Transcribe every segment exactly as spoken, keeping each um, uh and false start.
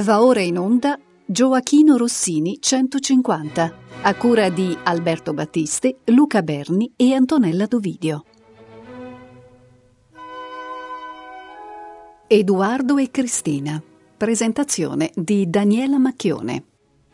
Va ora in onda Gioachino Rossini centocinquanta, a cura di Alberto Battisti, Luca Berni e Antonella Dovidio. Edoardo e Cristina. Presentazione di Daniela Macchione.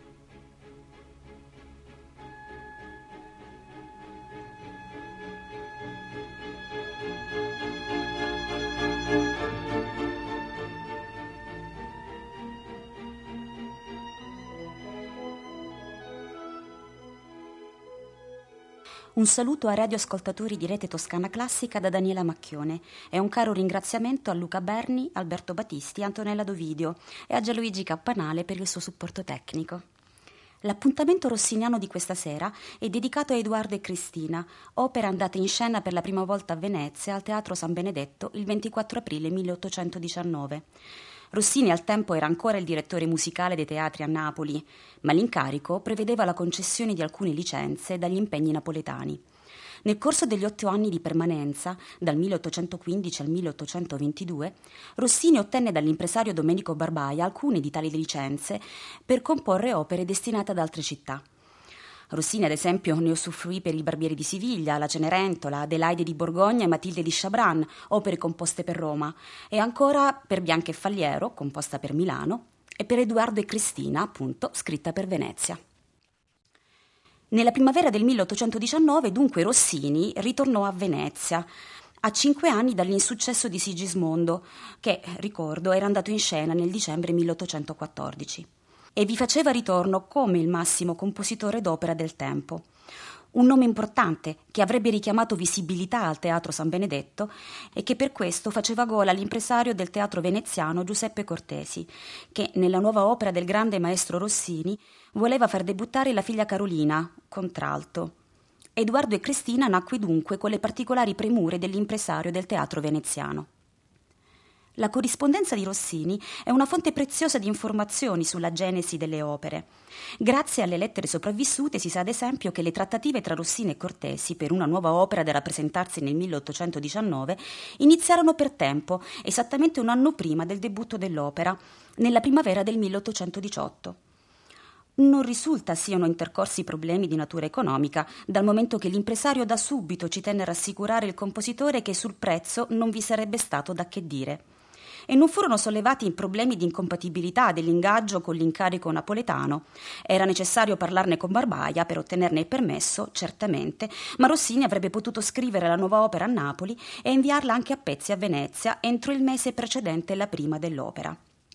Un saluto ai radioascoltatori di Rete Toscana Classica da Daniela Macchione e un caro ringraziamento a Luca Berni, Alberto Battisti, Antonella Dovidio e a Gianluigi Cappanale per il suo supporto tecnico. L'appuntamento rossiniano di questa sera è dedicato a Edoardo e Cristina, opera andata in scena per la prima volta a Venezia al Teatro San Benedetto il ventiquattro aprile milleottocentodiciannove. Rossini al tempo era ancora il direttore musicale dei teatri a Napoli, ma l'incarico prevedeva la concessione di alcune licenze dagli impegni napoletani. Nel corso degli otto anni di permanenza, dal milleottocentoquindici al milleottocentoventidue, Rossini ottenne dall'impresario Domenico Barbaia alcune di tali licenze per comporre opere destinate ad altre città. Rossini, ad esempio, ne usufruì per Il Barbiere di Siviglia, La Cenerentola, Adelaide di Borgogna e Matilde di Chabran, opere composte per Roma, e ancora per Bianca e Faliero, composta per Milano, e per Edoardo e Cristina, appunto, scritta per Venezia. Nella primavera del milleottocentodiciannove, dunque, Rossini ritornò a Venezia, a cinque anni dall'insuccesso di Sigismondo, che, ricordo, era andato in scena nel dicembre milleottocentoquattordici. E vi faceva ritorno come il massimo compositore d'opera del tempo. Un nome importante che avrebbe richiamato visibilità al Teatro San Benedetto e che per questo faceva gola all'impresario del teatro veneziano Giuseppe Cortesi, che nella nuova opera del grande maestro Rossini voleva far debuttare la figlia Carolina, contralto. Edoardo e Cristina nacque dunque con le particolari premure dell'impresario del teatro veneziano. La corrispondenza di Rossini è una fonte preziosa di informazioni sulla genesi delle opere. Grazie alle lettere sopravvissute si sa ad esempio che le trattative tra Rossini e Cortesi per una nuova opera da rappresentarsi nel milleottocentodiciannove iniziarono per tempo, esattamente un anno prima del debutto dell'opera, nella primavera del milleottocentodiciotto. Non risulta siano intercorsi problemi di natura economica, dal momento che l'impresario da subito ci tenne a rassicurare il compositore che sul prezzo non vi sarebbe stato da che dire. E non furono sollevati problemi di incompatibilità dell'ingaggio con l'incarico napoletano. Era necessario parlarne con Barbaia per ottenerne il permesso, certamente, ma Rossini avrebbe potuto scrivere la nuova opera a Napoli e inviarla anche a pezzi a Venezia entro il mese precedente la prima dell'opera.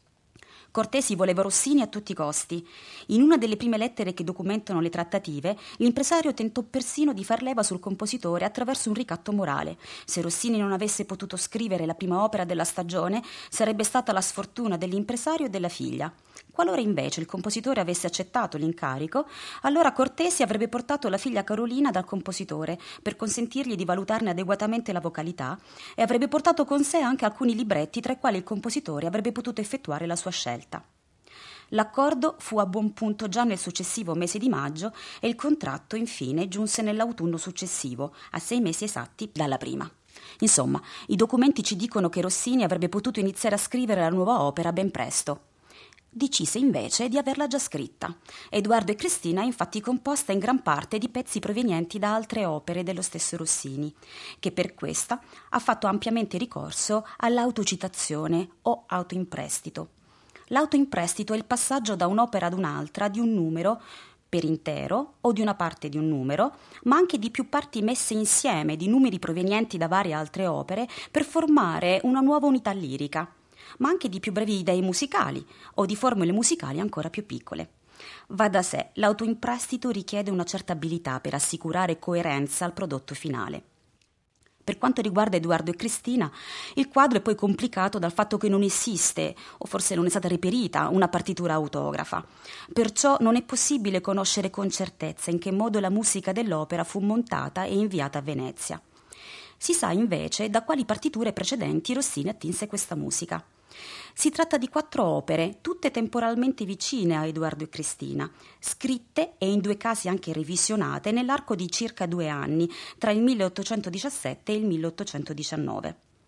Cortesi voleva Rossini a tutti i costi. In una delle prime lettere che documentano le trattative, l'impresario tentò persino di far leva sul compositore attraverso un ricatto morale. Se Rossini non avesse potuto scrivere la prima opera della stagione, sarebbe stata la sfortuna dell'impresario e della figlia. Qualora invece il compositore avesse accettato l'incarico, allora Cortesi avrebbe portato la figlia Carolina dal compositore per consentirgli di valutarne adeguatamente la vocalità e avrebbe portato con sé anche alcuni libretti tra i quali il compositore avrebbe potuto effettuare la sua scelta. L'accordo fu a buon punto già nel successivo mese di maggio e il contratto infine giunse nell'autunno successivo, a sei mesi esatti dalla prima. Insomma, i documenti ci dicono che Rossini avrebbe potuto iniziare a scrivere la nuova opera ben presto. Decise invece di averla già scritta. Edoardo e Cristina è infatti composta in gran parte di pezzi provenienti da altre opere dello stesso Rossini, che per questa ha fatto ampiamente ricorso all'autocitazione o autoimprestito. L'autoimprestito è il passaggio da un'opera ad un'altra di un numero per intero o di una parte di un numero, ma anche di più parti messe insieme di numeri provenienti da varie altre opere per formare una nuova unità lirica, ma anche di più brevi idee musicali o di formule musicali ancora più piccole. Va da sé, l'autoimprestito richiede una certa abilità per assicurare coerenza al prodotto finale. Per quanto riguarda Edoardo e Cristina, il quadro è poi complicato dal fatto che non esiste, o forse non è stata reperita, una partitura autografa. Perciò non è possibile conoscere con certezza in che modo la musica dell'opera fu montata e inviata a Venezia. Si sa invece da quali partiture precedenti Rossini attinse questa musica. Si tratta di quattro opere, tutte temporalmente vicine a Edoardo e Cristina, scritte e in due casi anche revisionate nell'arco di circa due anni, tra il milleottocentodiciassette e il milleottocentodiciannove.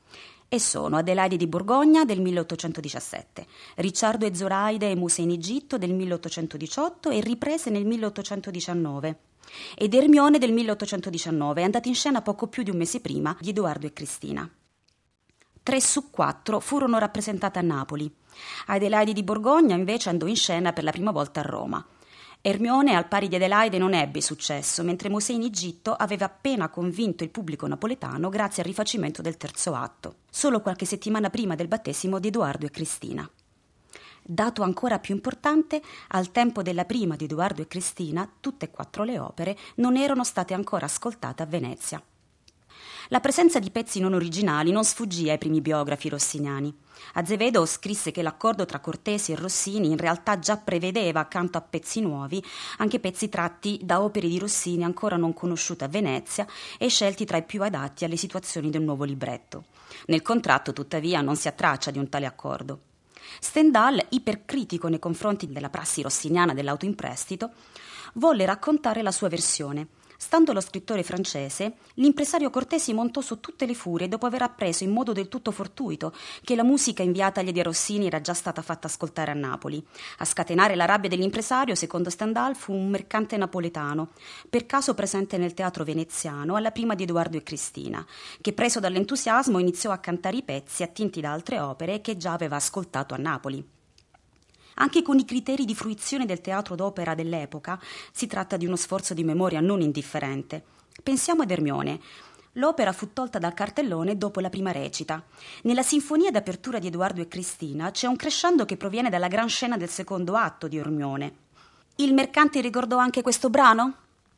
e sono Adelaide di Borgogna del milleottocentodiciassette, Ricciardo e Zoraide e Muse in Egitto del milleottocentodiciotto e riprese nel milleottocentodiciannove, ed Ermione del milleottocentodiciannove, andata in scena poco più di un mese prima di Edoardo e Cristina. Tre su quattro furono rappresentate a Napoli. Adelaide di Borgogna invece andò in scena per la prima volta a Roma. Ermione, al pari di Adelaide, non ebbe successo, mentre Muse in Egitto aveva appena convinto il pubblico napoletano grazie al rifacimento del terzo atto, solo qualche settimana prima del battesimo di Edoardo e Cristina. Dato ancora più importante, al tempo della prima di Edoardo e Cristina, tutte e quattro le opere non erano state ancora ascoltate a Venezia. La presenza di pezzi non originali non sfuggì ai primi biografi rossiniani. Azevedo scrisse che l'accordo tra Cortesi e Rossini in realtà già prevedeva, accanto a pezzi nuovi, anche pezzi tratti da opere di Rossini ancora non conosciute a Venezia e scelti tra i più adatti alle situazioni del nuovo libretto. Nel contratto, tuttavia, non si ha traccia di un tale accordo. Stendhal, ipercritico nei confronti della prassi rossiniana dell'auto in prestito, volle raccontare la sua versione. Stando allo scrittore francese, l'impresario Cortesi montò su tutte le furie dopo aver appreso in modo del tutto fortuito che la musica inviatagli da Rossini era già stata fatta ascoltare a Napoli. A scatenare la rabbia dell'impresario, secondo Stendhal, fu un mercante napoletano, per caso presente nel teatro veneziano alla prima di Edoardo e Cristina, che preso dall'entusiasmo iniziò a cantare i pezzi attinti da altre opere che già aveva ascoltato a Napoli. Anche con i criteri di fruizione del teatro d'opera dell'epoca si tratta di uno sforzo di memoria non indifferente. Pensiamo ad Ermione. L'opera fu tolta dal cartellone dopo la prima recita. Nella sinfonia d'apertura di Edoardo e Cristina c'è un crescendo che proviene dalla gran scena del secondo atto di Ermione. Il mercante ricordò anche questo brano?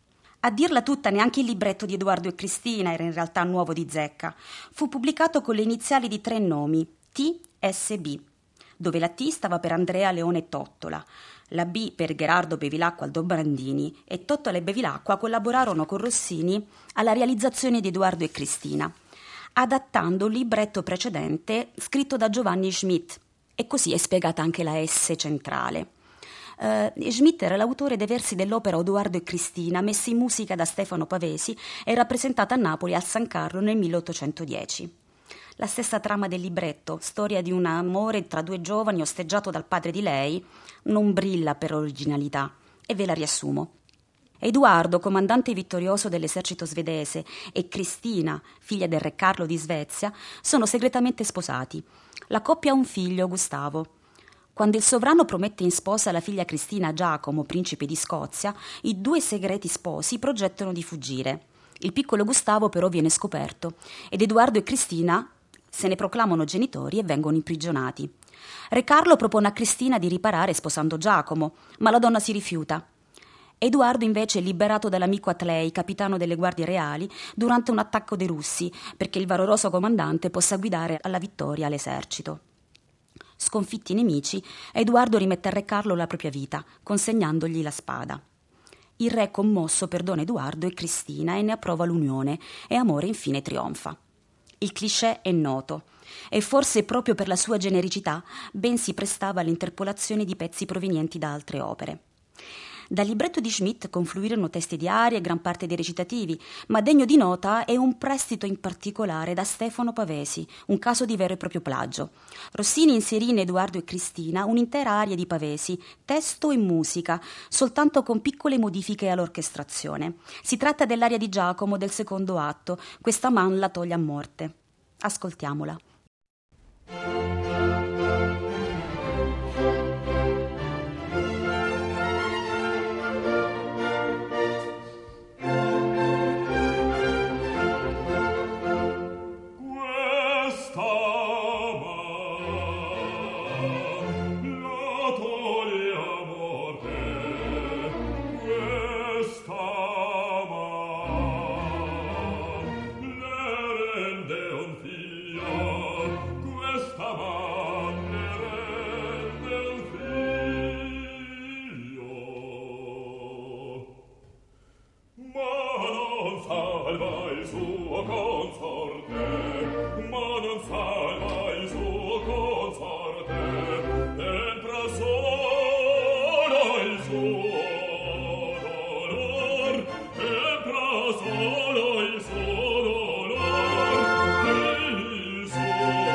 A dirla tutta, neanche il libretto di Edoardo e Cristina era in realtà nuovo di zecca. Fu pubblicato con le iniziali di tre nomi, T S B, dove la T stava per Andrea Leone Tottola, la B per Gherardo Bevilacqua Aldobrandini, e Tottola e Bevilacqua collaborarono con Rossini alla realizzazione di Edoardo e Cristina, adattando un libretto precedente scritto da Giovanni Schmidt, e così è spiegata anche la S centrale. Uh, Schmidt era l'autore dei versi dell'opera Edoardo e Cristina, messa in musica da Stefano Pavesi e rappresentata a Napoli al San Carlo nel milleottocentodieci. La stessa trama del libretto, storia di un amore tra due giovani osteggiato dal padre di lei, non brilla per originalità, e ve la riassumo. Edoardo, comandante vittorioso dell'esercito svedese, e Cristina, figlia del re Carlo di Svezia, sono segretamente sposati. La coppia ha un figlio, Gustavo. Quando il sovrano promette in sposa la figlia Cristina a Giacomo, principe di Scozia, i due segreti sposi progettano di fuggire. Il piccolo Gustavo però viene scoperto, ed Edoardo e Cristina se ne proclamano genitori e vengono imprigionati. Re Carlo propone a Cristina di riparare sposando Giacomo, ma la donna si rifiuta. Edoardo invece è liberato dall'amico Atlei, capitano delle guardie reali, durante un attacco dei russi, perché il valoroso comandante possa guidare alla vittoria l'esercito. Sconfitti i nemici, Edoardo rimette a Re Carlo la propria vita, consegnandogli la spada. Il re, commosso, perdona Edoardo e Cristina e ne approva l'unione, e amore infine trionfa. Il cliché è noto, e forse proprio per la sua genericità ben si prestava all'interpolazione di pezzi provenienti da altre opere. Dal libretto di Schmidt confluirono testi di arie e gran parte dei recitativi, ma degno di nota è un prestito in particolare da Stefano Pavesi, un caso di vero e proprio plagio. Rossini inserì in Edoardo e Cristina un'intera aria di Pavesi, testo e musica, soltanto con piccole modifiche all'orchestrazione. Si tratta dell'aria di Giacomo del secondo atto, questa man la toglie a morte. Ascoltiamola. Solo il suo dolor, il suo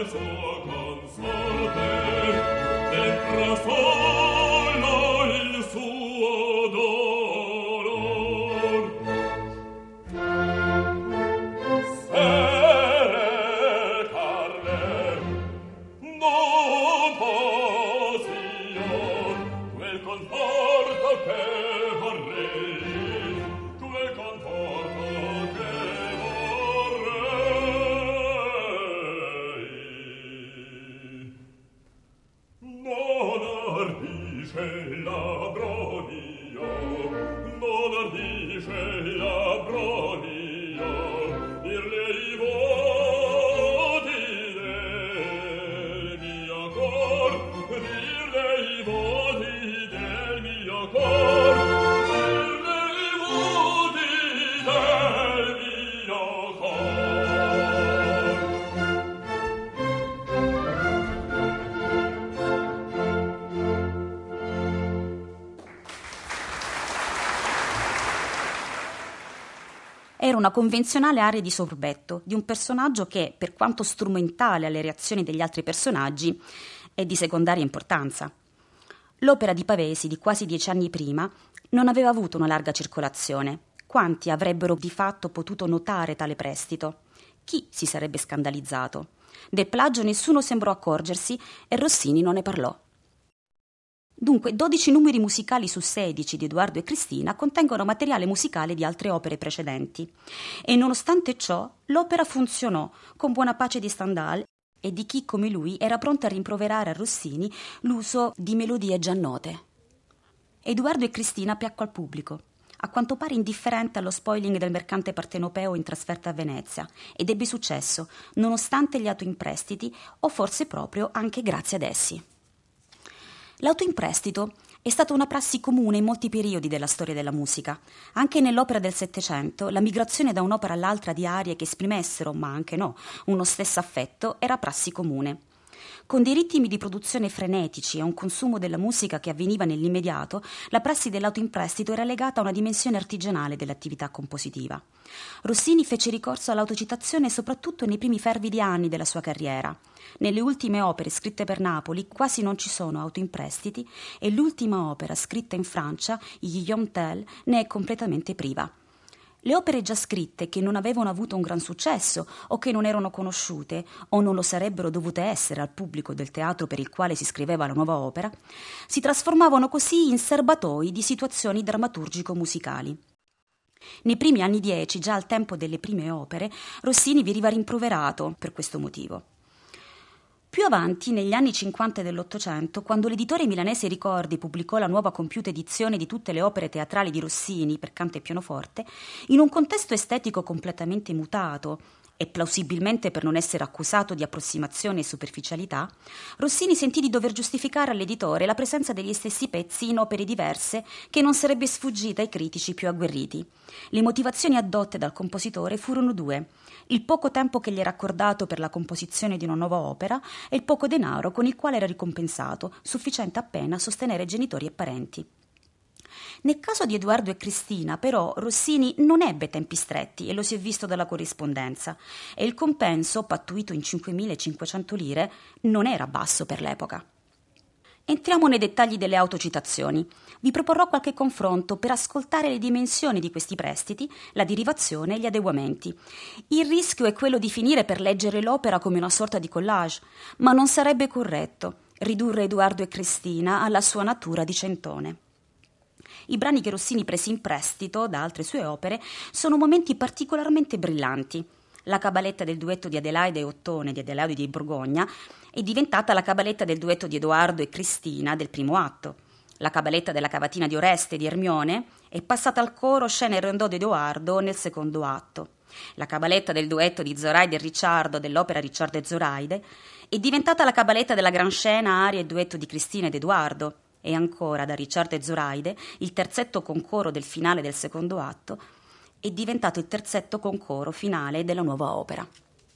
Era una convenzionale aria di sorbetto di un personaggio che, per quanto strumentale alle reazioni degli altri personaggi, è di secondaria importanza. L'opera di Pavesi di quasi dieci anni prima non aveva avuto una larga circolazione. Quanti avrebbero di fatto potuto notare tale prestito? Chi si sarebbe scandalizzato? Del plagio nessuno sembrò accorgersi e Rossini non ne parlò. Dunque, dodici numeri musicali su sedici di Edoardo e Cristina contengono materiale musicale di altre opere precedenti. E nonostante ciò, l'opera funzionò con buona pace di Stendhal e di chi come lui era pronto a rimproverare a Rossini l'uso di melodie già note. Edoardo e Cristina piacque al pubblico, a quanto pare indifferente allo spoiling del mercante partenopeo in trasferta a Venezia, ed ebbe successo, nonostante gli autoimprestiti o forse proprio anche grazie ad essi. L'autoimprestito è stata una prassi comune in molti periodi della storia della musica. Anche nell'opera del Settecento, la migrazione da un'opera all'altra di arie che esprimessero, ma anche no, uno stesso affetto era prassi comune. Con dei ritmi di produzione frenetici e un consumo della musica che avveniva nell'immediato, la prassi dell'autoimprestito era legata a una dimensione artigianale dell'attività compositiva. Rossini fece ricorso all'autocitazione soprattutto nei primi fervidi anni della sua carriera. Nelle ultime opere scritte per Napoli quasi non ci sono autoimprestiti e l'ultima opera scritta in Francia, Guillaume Tell, ne è completamente priva. Le opere già scritte, che non avevano avuto un gran successo o che non erano conosciute o non lo sarebbero dovute essere al pubblico del teatro per il quale si scriveva la nuova opera, si trasformavano così in serbatoi di situazioni drammaturgico-musicali. Nei primi anni dieci, già al tempo delle prime opere, Rossini veniva rimproverato per questo motivo. Più avanti, negli anni cinquanta dell'Ottocento, quando l'editore milanese Ricordi pubblicò la nuova compiuta edizione di tutte le opere teatrali di Rossini per canto e pianoforte, in un contesto estetico completamente mutato e plausibilmente per non essere accusato di approssimazione e superficialità, Rossini sentì di dover giustificare all'editore la presenza degli stessi pezzi in opere diverse che non sarebbe sfuggita ai critici più agguerriti. Le motivazioni addotte dal compositore furono due: il poco tempo che gli era accordato per la composizione di una nuova opera e il poco denaro con il quale era ricompensato, sufficiente appena a sostenere genitori e parenti. Nel caso di Edoardo e Cristina, però, Rossini non ebbe tempi stretti e lo si è visto dalla corrispondenza, e il compenso, pattuito in cinquemilacinquecento lire, non era basso per l'epoca. Entriamo nei dettagli delle autocitazioni. Vi proporrò qualche confronto per ascoltare le dimensioni di questi prestiti, la derivazione e gli adeguamenti. Il rischio è quello di finire per leggere l'opera come una sorta di collage, ma non sarebbe corretto ridurre Edoardo e Cristina alla sua natura di centone. I brani che Rossini prese in prestito da altre sue opere sono momenti particolarmente brillanti. La cabaletta del duetto di Adelaide e Ottone di Adelaide di Borgogna è diventata la cabaletta del duetto di Edoardo e Cristina del primo atto. La cabaletta della cavatina di Oreste di Ermione è passata al coro scena e rondò di Edoardo nel secondo atto. La cabaletta del duetto di Zoraide e Ricciardo dell'opera Ricciardo e Zoraide è diventata la cabaletta della gran scena aria e duetto di Cristina ed Edoardo. E ancora, da Ricciardo e Zoraide, il terzetto con coro del finale del secondo atto è diventato il terzetto con coro finale della nuova opera.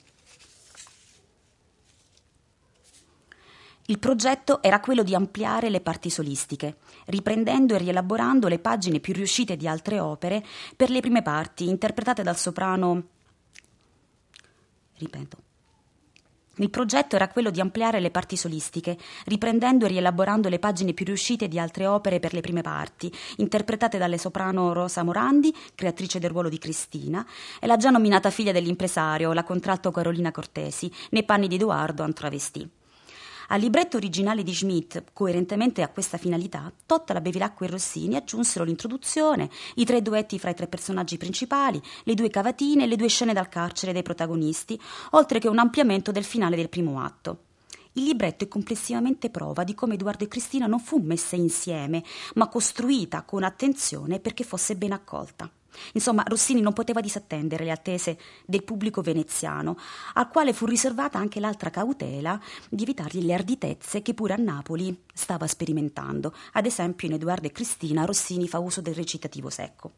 Il progetto era quello di ampliare le parti solistiche, riprendendo e rielaborando le pagine più riuscite di altre opere per le prime parti, interpretate dal soprano, ripeto, Il progetto era quello di ampliare le parti solistiche, riprendendo e rielaborando le pagine più riuscite di altre opere per le prime parti, interpretate dalle soprano Rosa Morandi, creatrice del ruolo di Cristina, e la già nominata figlia dell'impresario, la contralto Carolina Cortesi, nei panni di Edoardo en travestì. Al libretto originale di Schmidt, coerentemente a questa finalità, Totta, Bevilacqua e Rossini aggiunsero l'introduzione, i tre duetti fra i tre personaggi principali, le due cavatine e le due scene dal carcere dei protagonisti, oltre che un ampliamento del finale del primo atto. Il libretto è complessivamente prova di come Edoardo e Cristina non fu messa insieme, ma costruita con attenzione perché fosse ben accolta. Insomma, Rossini non poteva disattendere le attese del pubblico veneziano, al quale fu riservata anche l'altra cautela di evitargli le arditezze che pure a Napoli stava sperimentando. Ad esempio, in Edoardo e Cristina Rossini fa uso del recitativo secco.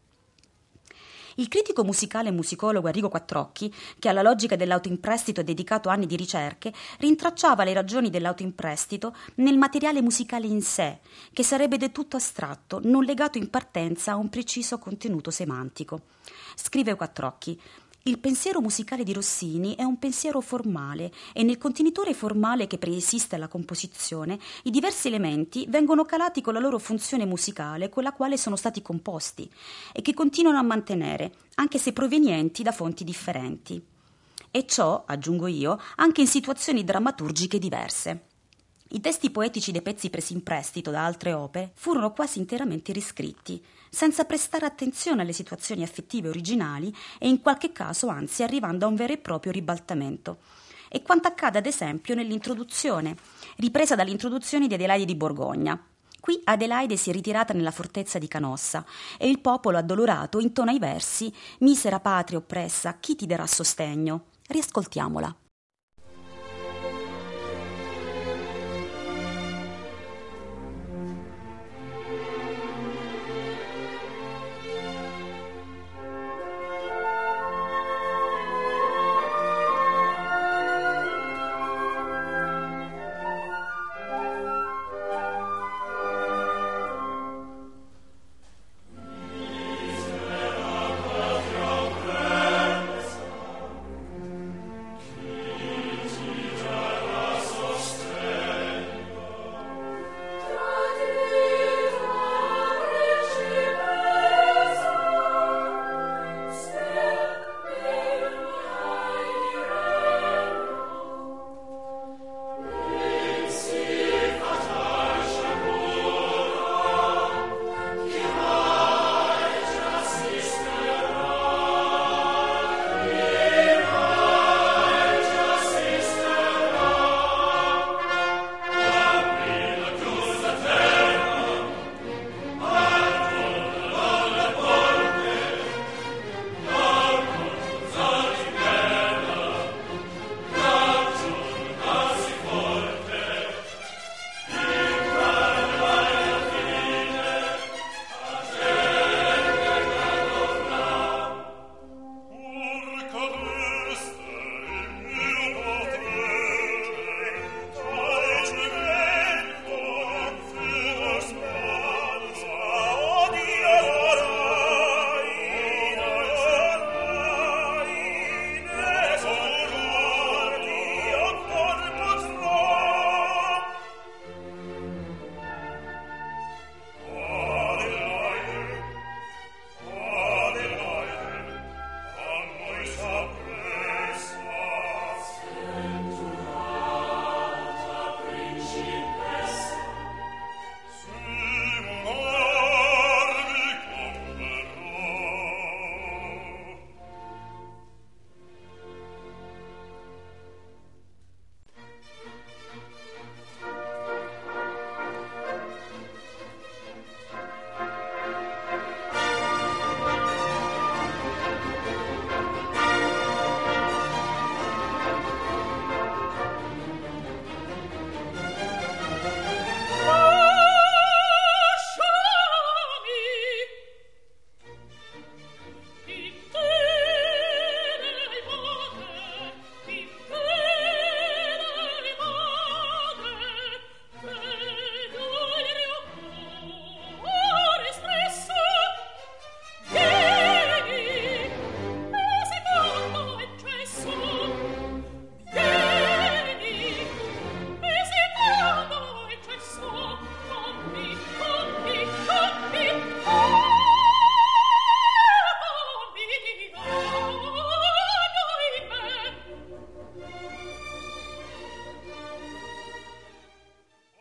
Il critico musicale e musicologo Arrigo Quattrocchi, che alla logica dell'autoimprestito ha dedicato anni di ricerche, rintracciava le ragioni dell'autoimprestito nel materiale musicale in sé, che sarebbe del tutto astratto, non legato in partenza a un preciso contenuto semantico. Scrive Quattrocchi: il pensiero musicale di Rossini è un pensiero formale e nel contenitore formale che preesiste alla composizione i diversi elementi vengono calati con la loro funzione musicale con la quale sono stati composti e che continuano a mantenere, anche se provenienti da fonti differenti. E ciò, aggiungo io, anche in situazioni drammaturgiche diverse. I testi poetici dei pezzi presi in prestito da altre opere furono quasi interamente riscritti, senza prestare attenzione alle situazioni affettive originali e in qualche caso anzi arrivando a un vero e proprio ribaltamento. E quanto accade ad esempio nell'introduzione, ripresa dall'introduzione di Adelaide di Borgogna. Qui Adelaide si è ritirata nella fortezza di Canossa e il popolo addolorato intona i versi «Misera patria oppressa, chi ti darà sostegno?» Riascoltiamola. Chi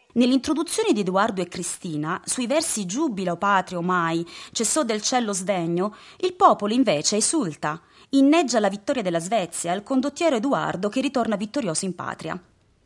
Nell'introduzione di Edoardo e Cristina, sui versi Giubilo patrio mai, cessò del cielo sdegno, il popolo invece esulta, inneggia la vittoria della Svezia, il condottiero Edoardo che ritorna vittorioso in patria.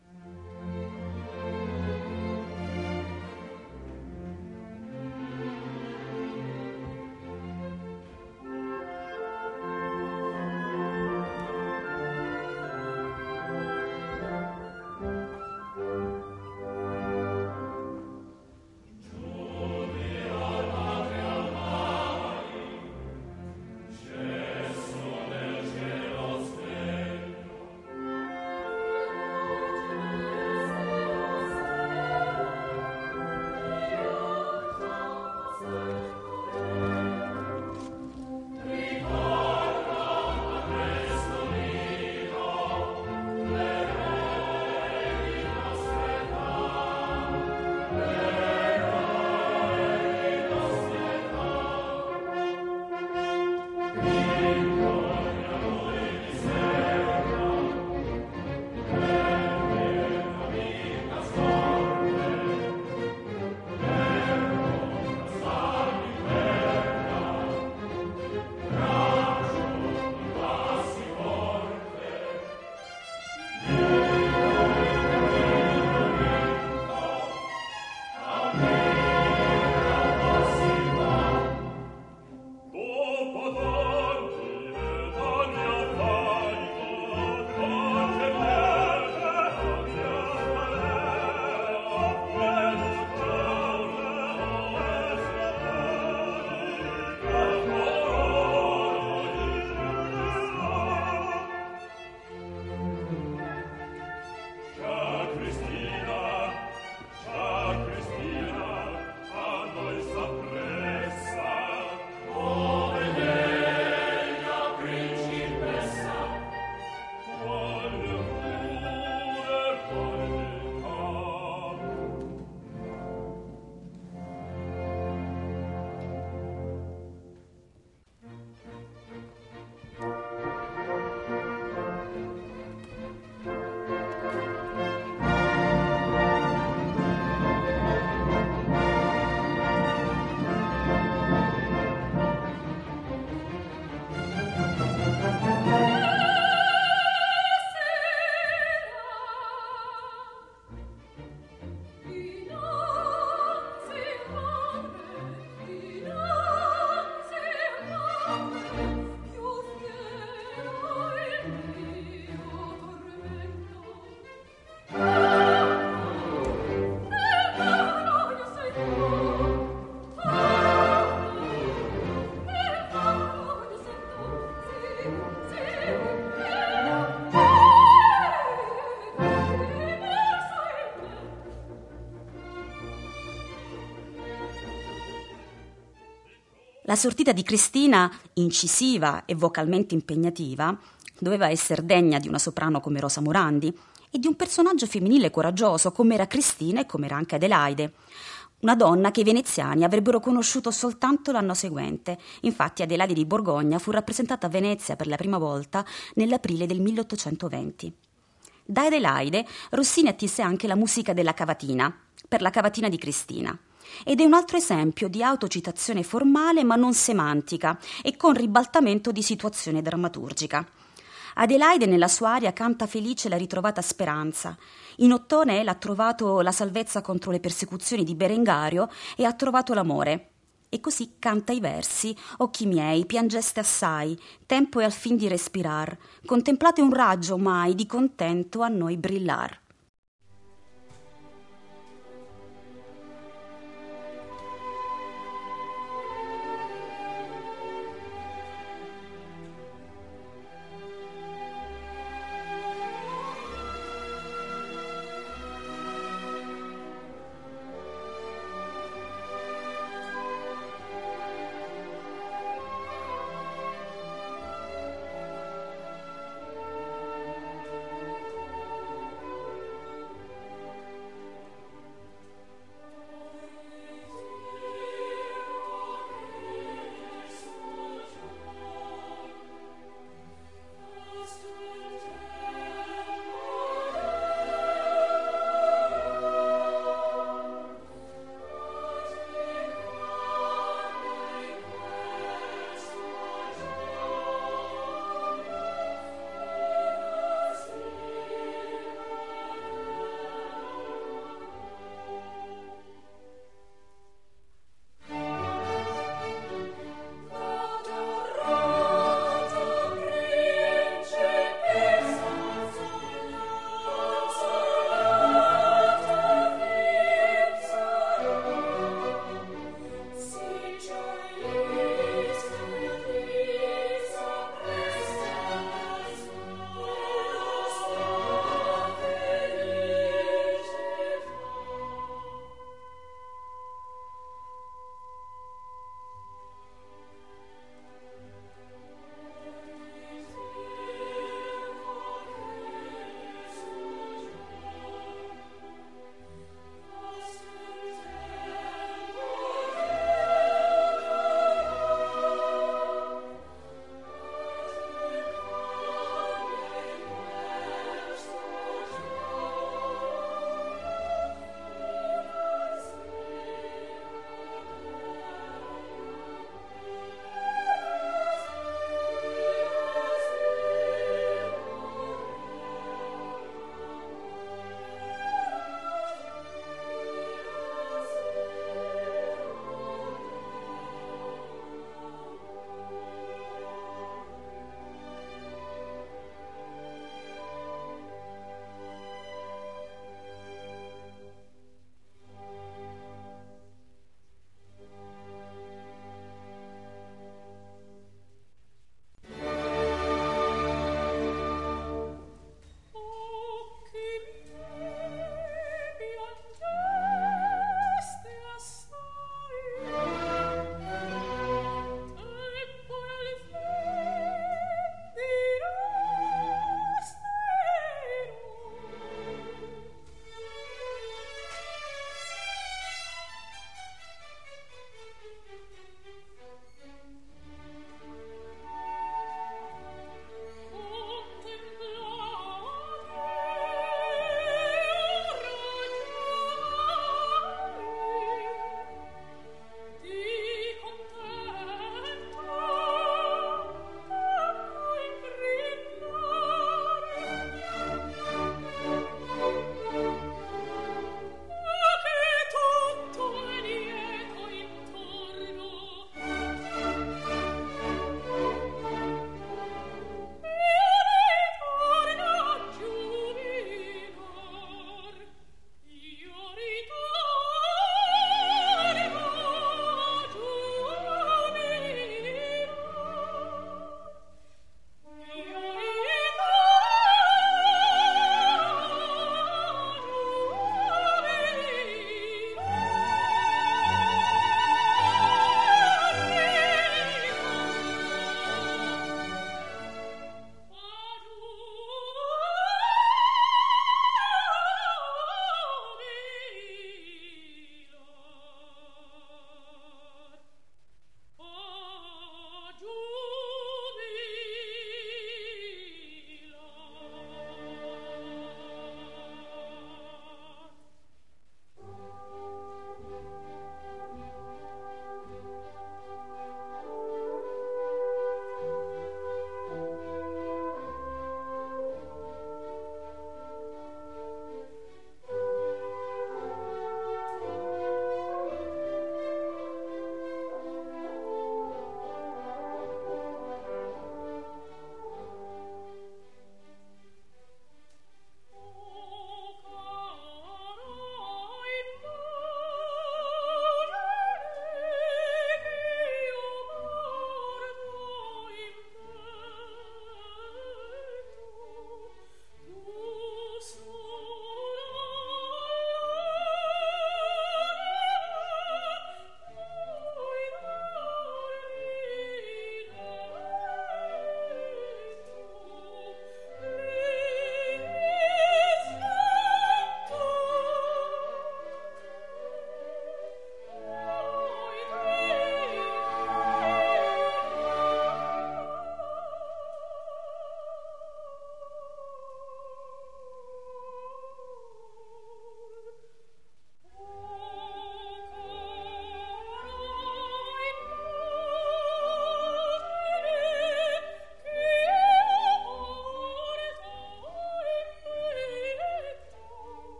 La sortita di Cristina, incisiva e vocalmente impegnativa, doveva essere degna di una soprano come Rosa Morandi e di un personaggio femminile coraggioso come era Cristina e come era anche Adelaide. Una donna che i veneziani avrebbero conosciuto soltanto l'anno seguente. Infatti Adelaide di Borgogna fu rappresentata a Venezia per la prima volta nell'aprile del milleottocentoventi. Da Adelaide Rossini attisse anche la musica della cavatina, per la cavatina di Cristina. Ed è un altro esempio di autocitazione formale ma non semantica e con ribaltamento di situazione drammaturgica. Adelaide nella sua aria canta felice la ritrovata speranza. In Ottone ha trovato la salvezza contro le persecuzioni di Berengario e ha trovato l'amore. E così canta i versi: occhi miei, piangeste assai, tempo è al fin di respirar, contemplate un raggio mai di contento a noi brillar.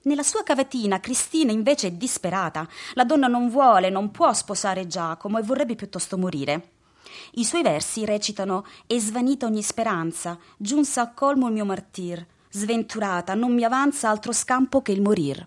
Nella sua cavettina Cristina invece è disperata. La donna non vuole, non può sposare Giacomo e vorrebbe piuttosto morire. I suoi versi recitano: «È svanita ogni speranza, giunse a colmo il mio martir. Sventurata, non mi avanza altro scampo che il morir».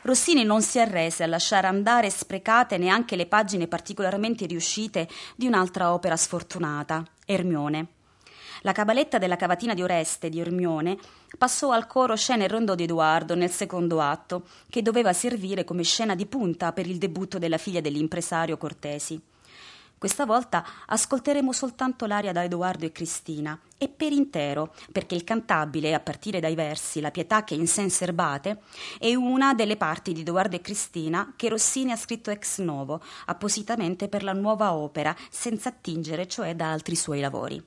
Rossini non si arrese a lasciare andare sprecate neanche le pagine particolarmente riuscite di un'altra opera sfortunata, Ermione. La cabaletta della cavatina di Oreste di Ermione passò al coro Scena e rondò di Edoardo nel secondo atto, che doveva servire come scena di punta per il debutto della figlia dell'impresario Cortesi. Questa volta ascolteremo soltanto l'aria da Edoardo e Cristina, e per intero, perché il cantabile, a partire dai versi La pietà che in sen serbate, è una delle parti di Edoardo e Cristina che Rossini ha scritto ex novo, appositamente per la nuova opera, senza attingere cioè da altri suoi lavori.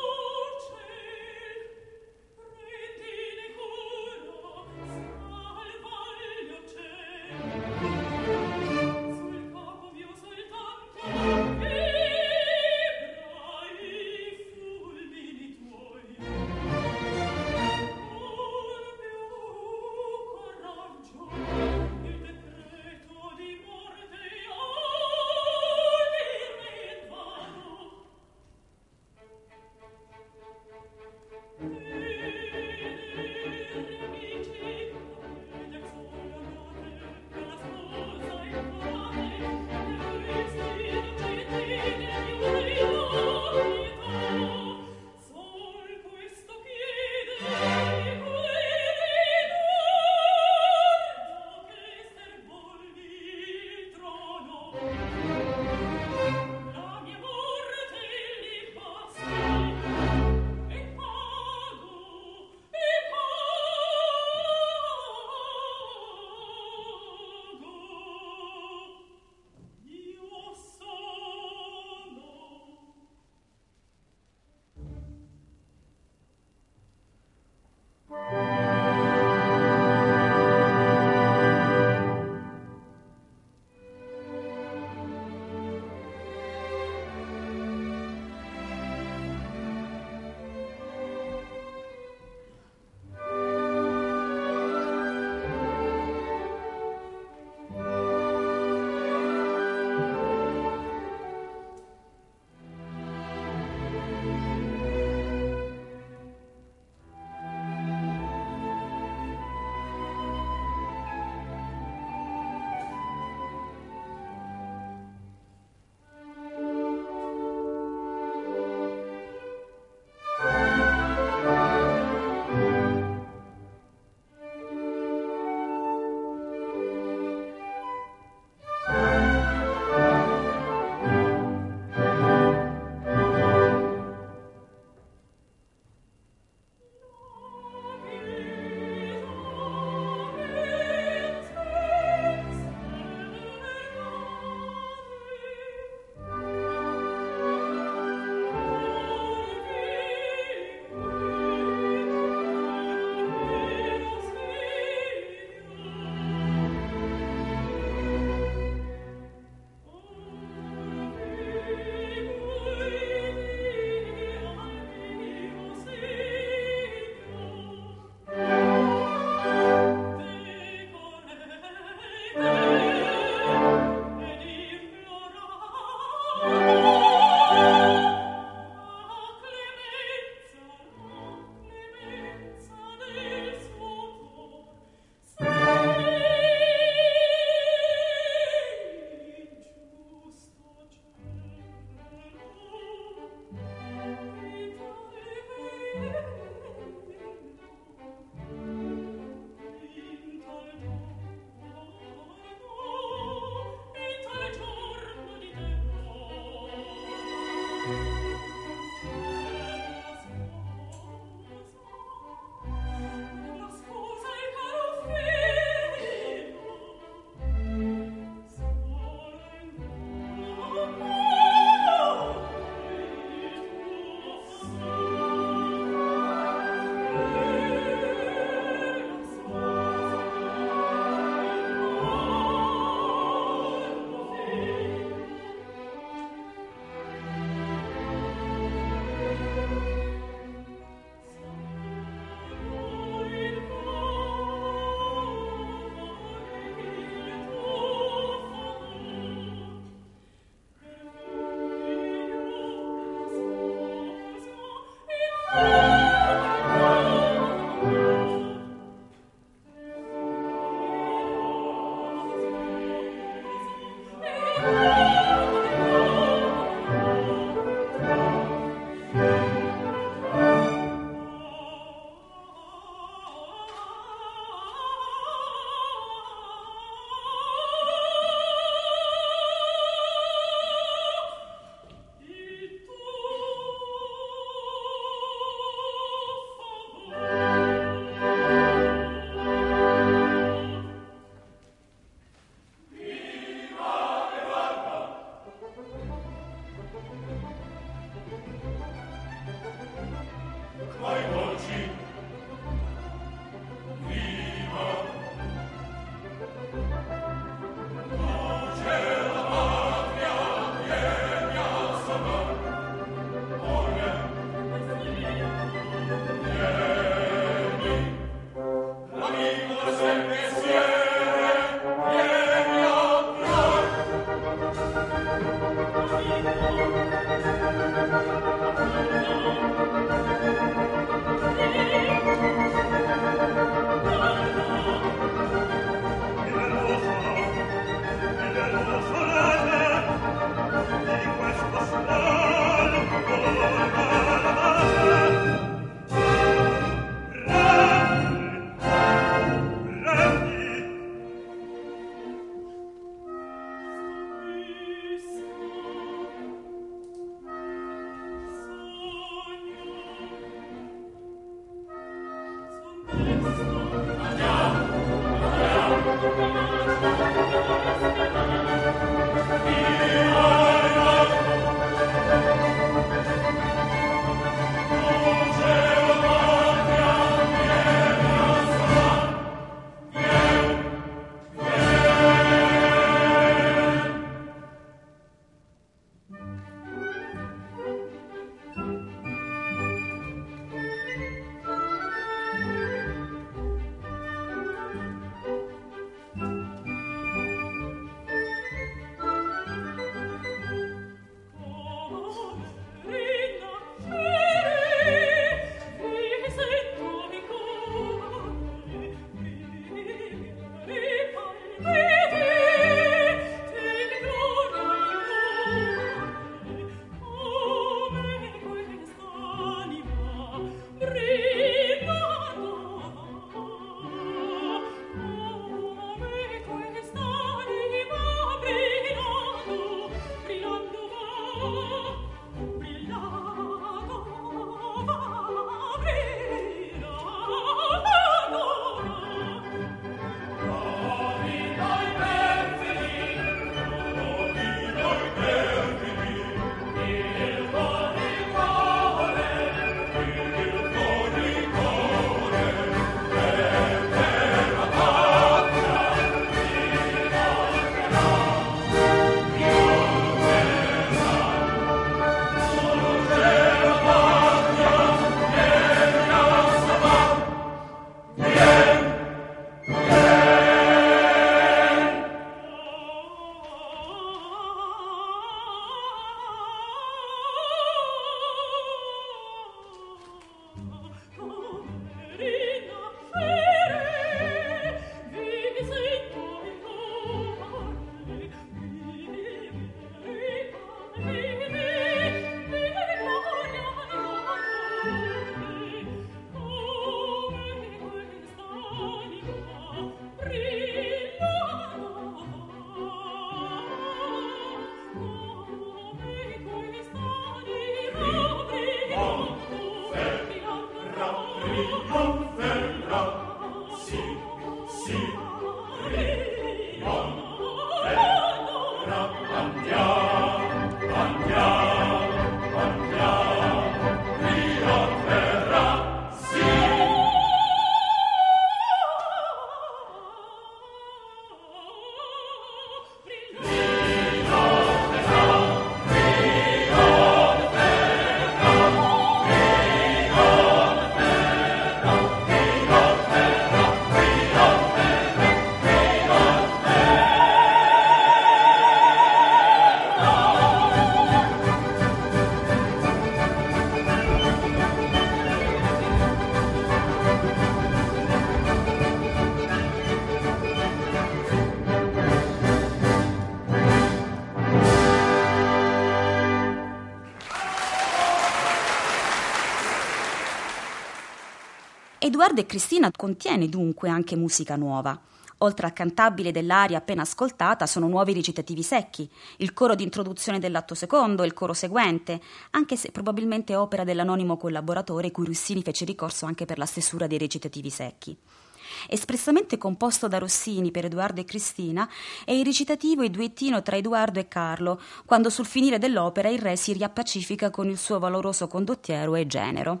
Edoardo e Cristina contiene dunque anche musica nuova. Oltre al cantabile dell'aria appena ascoltata sono nuovi recitativi secchi, il coro di introduzione dell'atto secondo e il coro seguente, anche se probabilmente opera dell'anonimo collaboratore cui Rossini fece ricorso anche per la stesura dei recitativi secchi. Espressamente composto da Rossini per Edoardo e Cristina, è il recitativo e duettino tra Edoardo e Carlo, quando sul finire dell'opera il re si riappacifica con il suo valoroso condottiero Eugenero.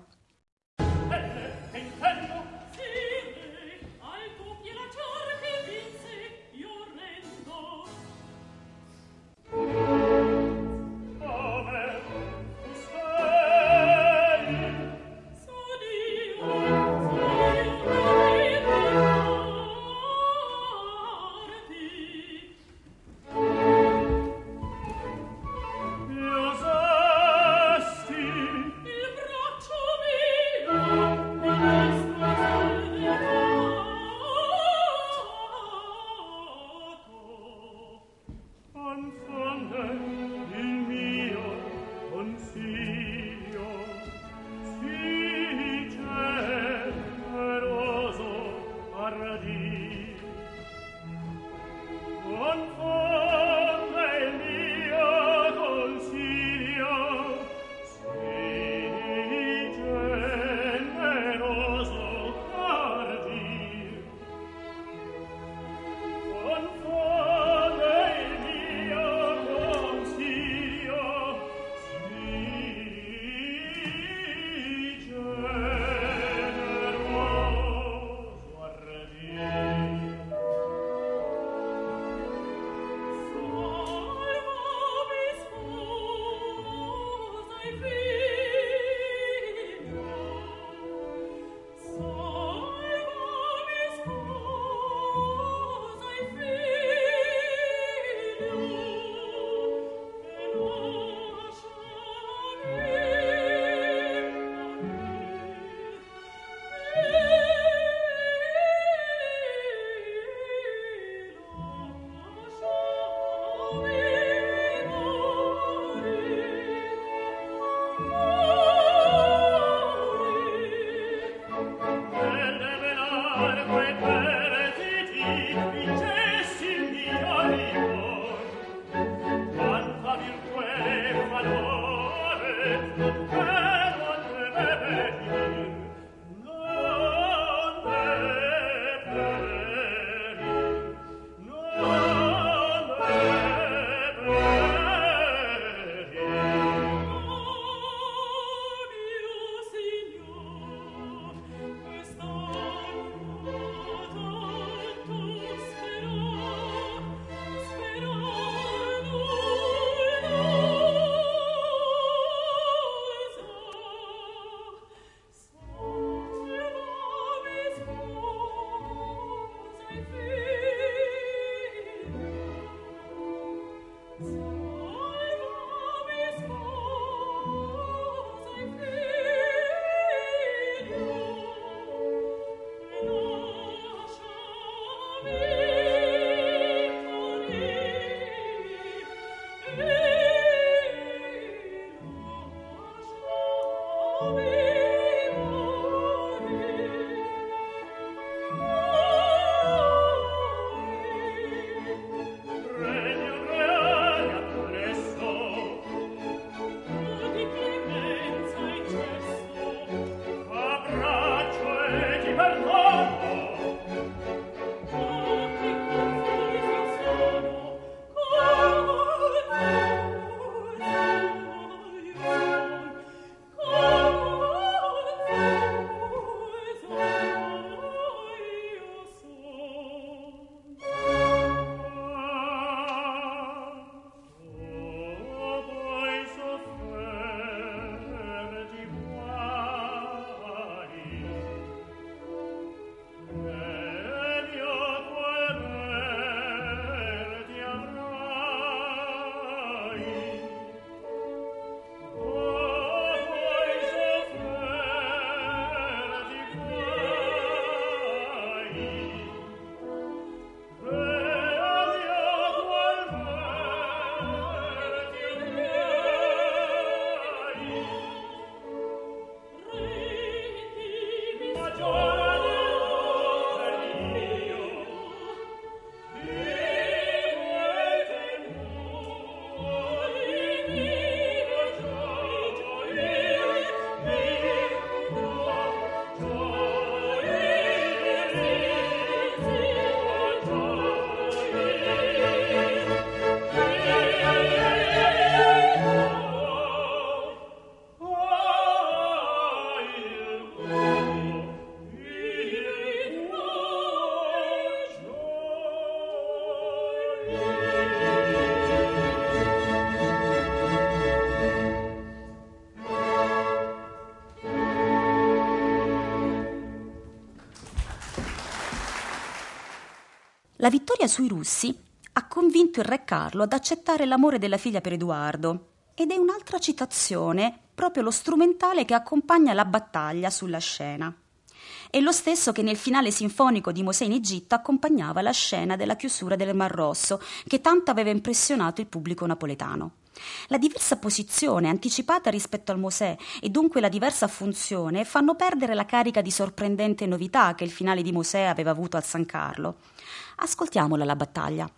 La vittoria sui russi ha convinto il re Carlo ad accettare l'amore della figlia per Edoardo, ed è un'altra citazione, proprio lo strumentale che accompagna la battaglia sulla scena. È lo stesso che nel finale sinfonico di Mosè in Egitto accompagnava la scena della chiusura del Mar Rosso, che tanto aveva impressionato il pubblico napoletano. La diversa posizione anticipata rispetto al Mosè e dunque la diversa funzione fanno perdere la carica di sorprendente novità che il finale di Mosè aveva avuto al San Carlo. Ascoltiamola la battaglia.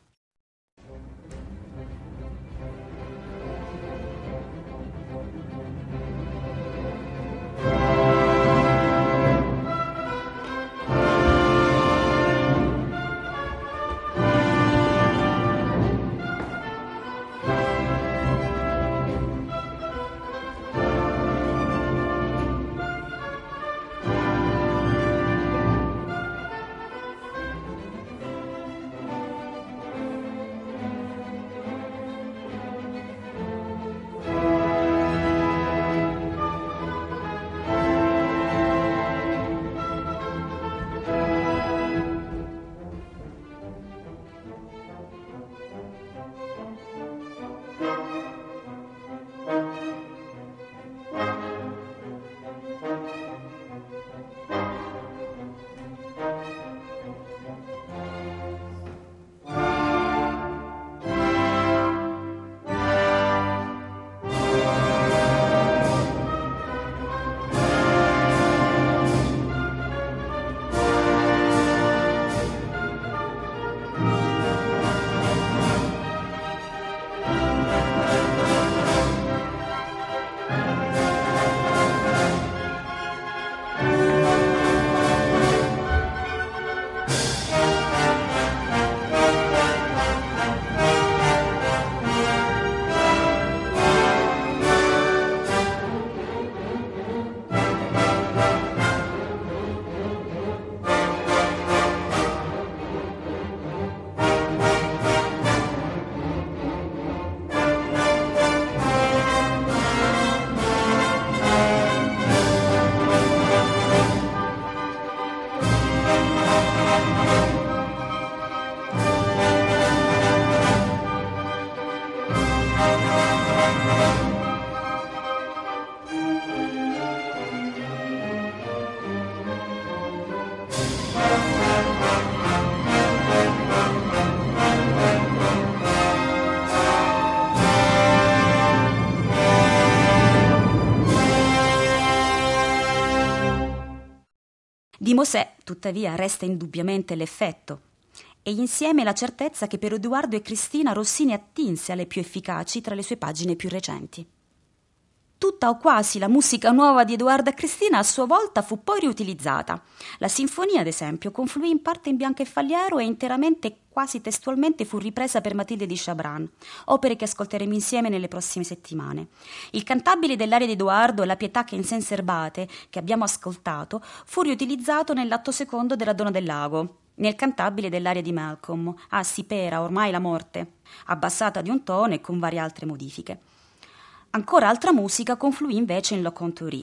Di Mosè, tuttavia, resta indubbiamente l'effetto e insieme la certezza che per Edoardo e Cristina Rossini attinse alle più efficaci tra le sue pagine più recenti. Tutta o quasi la musica nuova di Edoardo e Cristina a sua volta fu poi riutilizzata. La sinfonia, ad esempio, confluì in parte in Biancaffaliero e interamente, quasi testualmente, fu ripresa per Matilde di Chabran, opere che ascolteremo insieme nelle prossime settimane. Il cantabile dell'aria di Edoardo, La pietà che insenserbate, che abbiamo ascoltato, fu riutilizzato nell'atto secondo della Donna del Lago, nel cantabile dell'aria di Malcolm, Ah si pera, ormai la morte, abbassata di un tono e con varie altre modifiche. Ancora altra musica confluì invece in Le Conterie.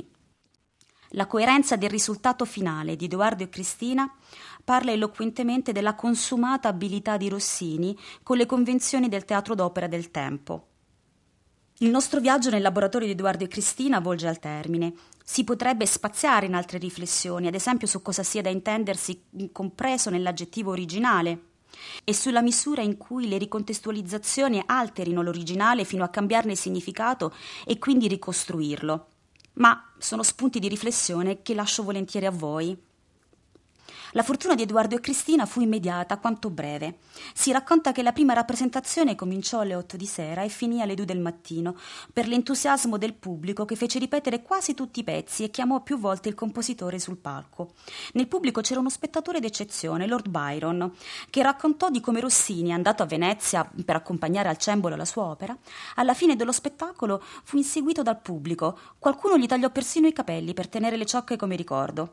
La coerenza del risultato finale di Edoardo e Cristina parla eloquentemente della consumata abilità di Rossini con le convenzioni del teatro d'opera del tempo. Il nostro viaggio nel laboratorio di Edoardo e Cristina volge al termine. Si potrebbe spaziare in altre riflessioni, ad esempio su cosa sia da intendersi compreso nell'aggettivo originale e sulla misura in cui le ricontestualizzazioni alterino l'originale fino a cambiarne il significato e quindi ricostruirlo. Ma sono spunti di riflessione che lascio volentieri a voi. La fortuna di Edoardo e Cristina fu immediata quanto breve. Si racconta che la prima rappresentazione cominciò alle otto di sera e finì alle due del mattino, per l'entusiasmo del pubblico che fece ripetere quasi tutti i pezzi e chiamò più volte il compositore sul palco. Nel pubblico c'era uno spettatore d'eccezione, Lord Byron, che raccontò di come Rossini, andato a Venezia per accompagnare al cembalo la sua opera, alla fine dello spettacolo fu inseguito dal pubblico. Qualcuno gli tagliò persino i capelli per tenere le ciocche come ricordo.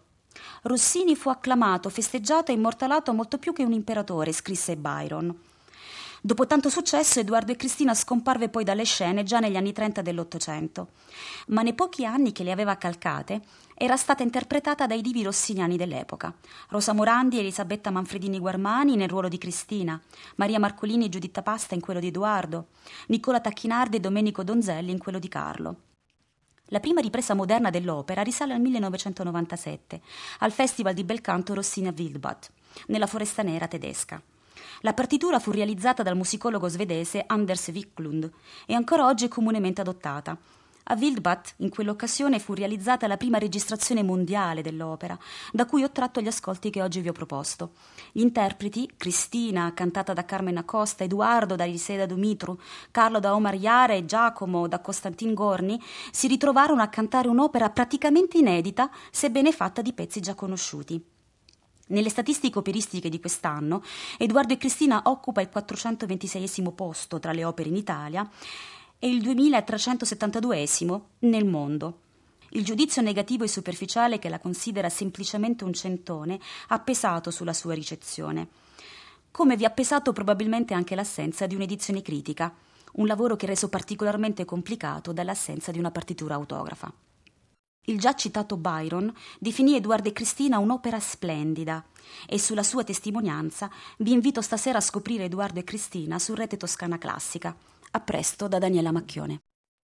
Rossini fu acclamato, festeggiato e immortalato molto più che un imperatore, scrisse Byron. Dopo tanto successo, Edoardo e Cristina scomparve poi dalle scene già negli anni trenta dell'Ottocento, ma nei pochi anni che le aveva calcate era stata interpretata dai divi rossiniani dell'epoca: Rosa Morandi e Elisabetta Manfredini Guarmani nel ruolo di Cristina, Maria Marcolini e Giuditta Pasta in quello di Edoardo, Nicola Tacchinardi e Domenico Donzelli in quello di Carlo. La prima ripresa moderna dell'opera risale al millenovecentonovantasette, al Festival di Belcanto Rossini a Wildbad, nella Foresta Nera tedesca. La partitura fu realizzata dal musicologo svedese Anders Wiklund e ancora oggi è comunemente adottata. A Wildbad, in quell'occasione, fu realizzata la prima registrazione mondiale dell'opera, da cui ho tratto gli ascolti che oggi vi ho proposto. Gli interpreti, Cristina, cantata da Carmen Acosta, Edoardo da Eliseda Dumitru, Carlo da Omar Yara e Giacomo da Costantin Gorni, si ritrovarono a cantare un'opera praticamente inedita, sebbene fatta di pezzi già conosciuti. Nelle statistiche operistiche di quest'anno, Edoardo e Cristina occupa il quattrocentoventiseiesimo posto tra le opere in Italia e il duemilatrecentosettantaduesimo nel mondo. Il giudizio negativo e superficiale, che la considera semplicemente un centone, ha pesato sulla sua ricezione. Come vi ha pesato probabilmente anche l'assenza di un'edizione critica, un lavoro che è reso particolarmente complicato dall'assenza di una partitura autografa. Il già citato Byron definì Edoardo e Cristina un'opera splendida e sulla sua testimonianza vi invito stasera a scoprire Edoardo e Cristina su Rete Toscana Classica. A presto da Daniela Macchione.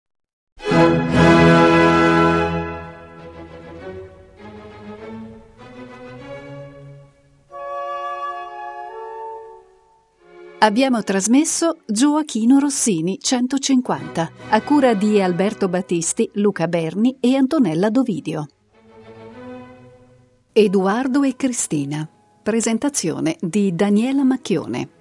Abbiamo trasmesso Gioachino Rossini centocinquanta, a cura di Alberto Battisti, Luca Berni e Antonella Dovidio. Edoardo e Cristina, presentazione di Daniela Macchione.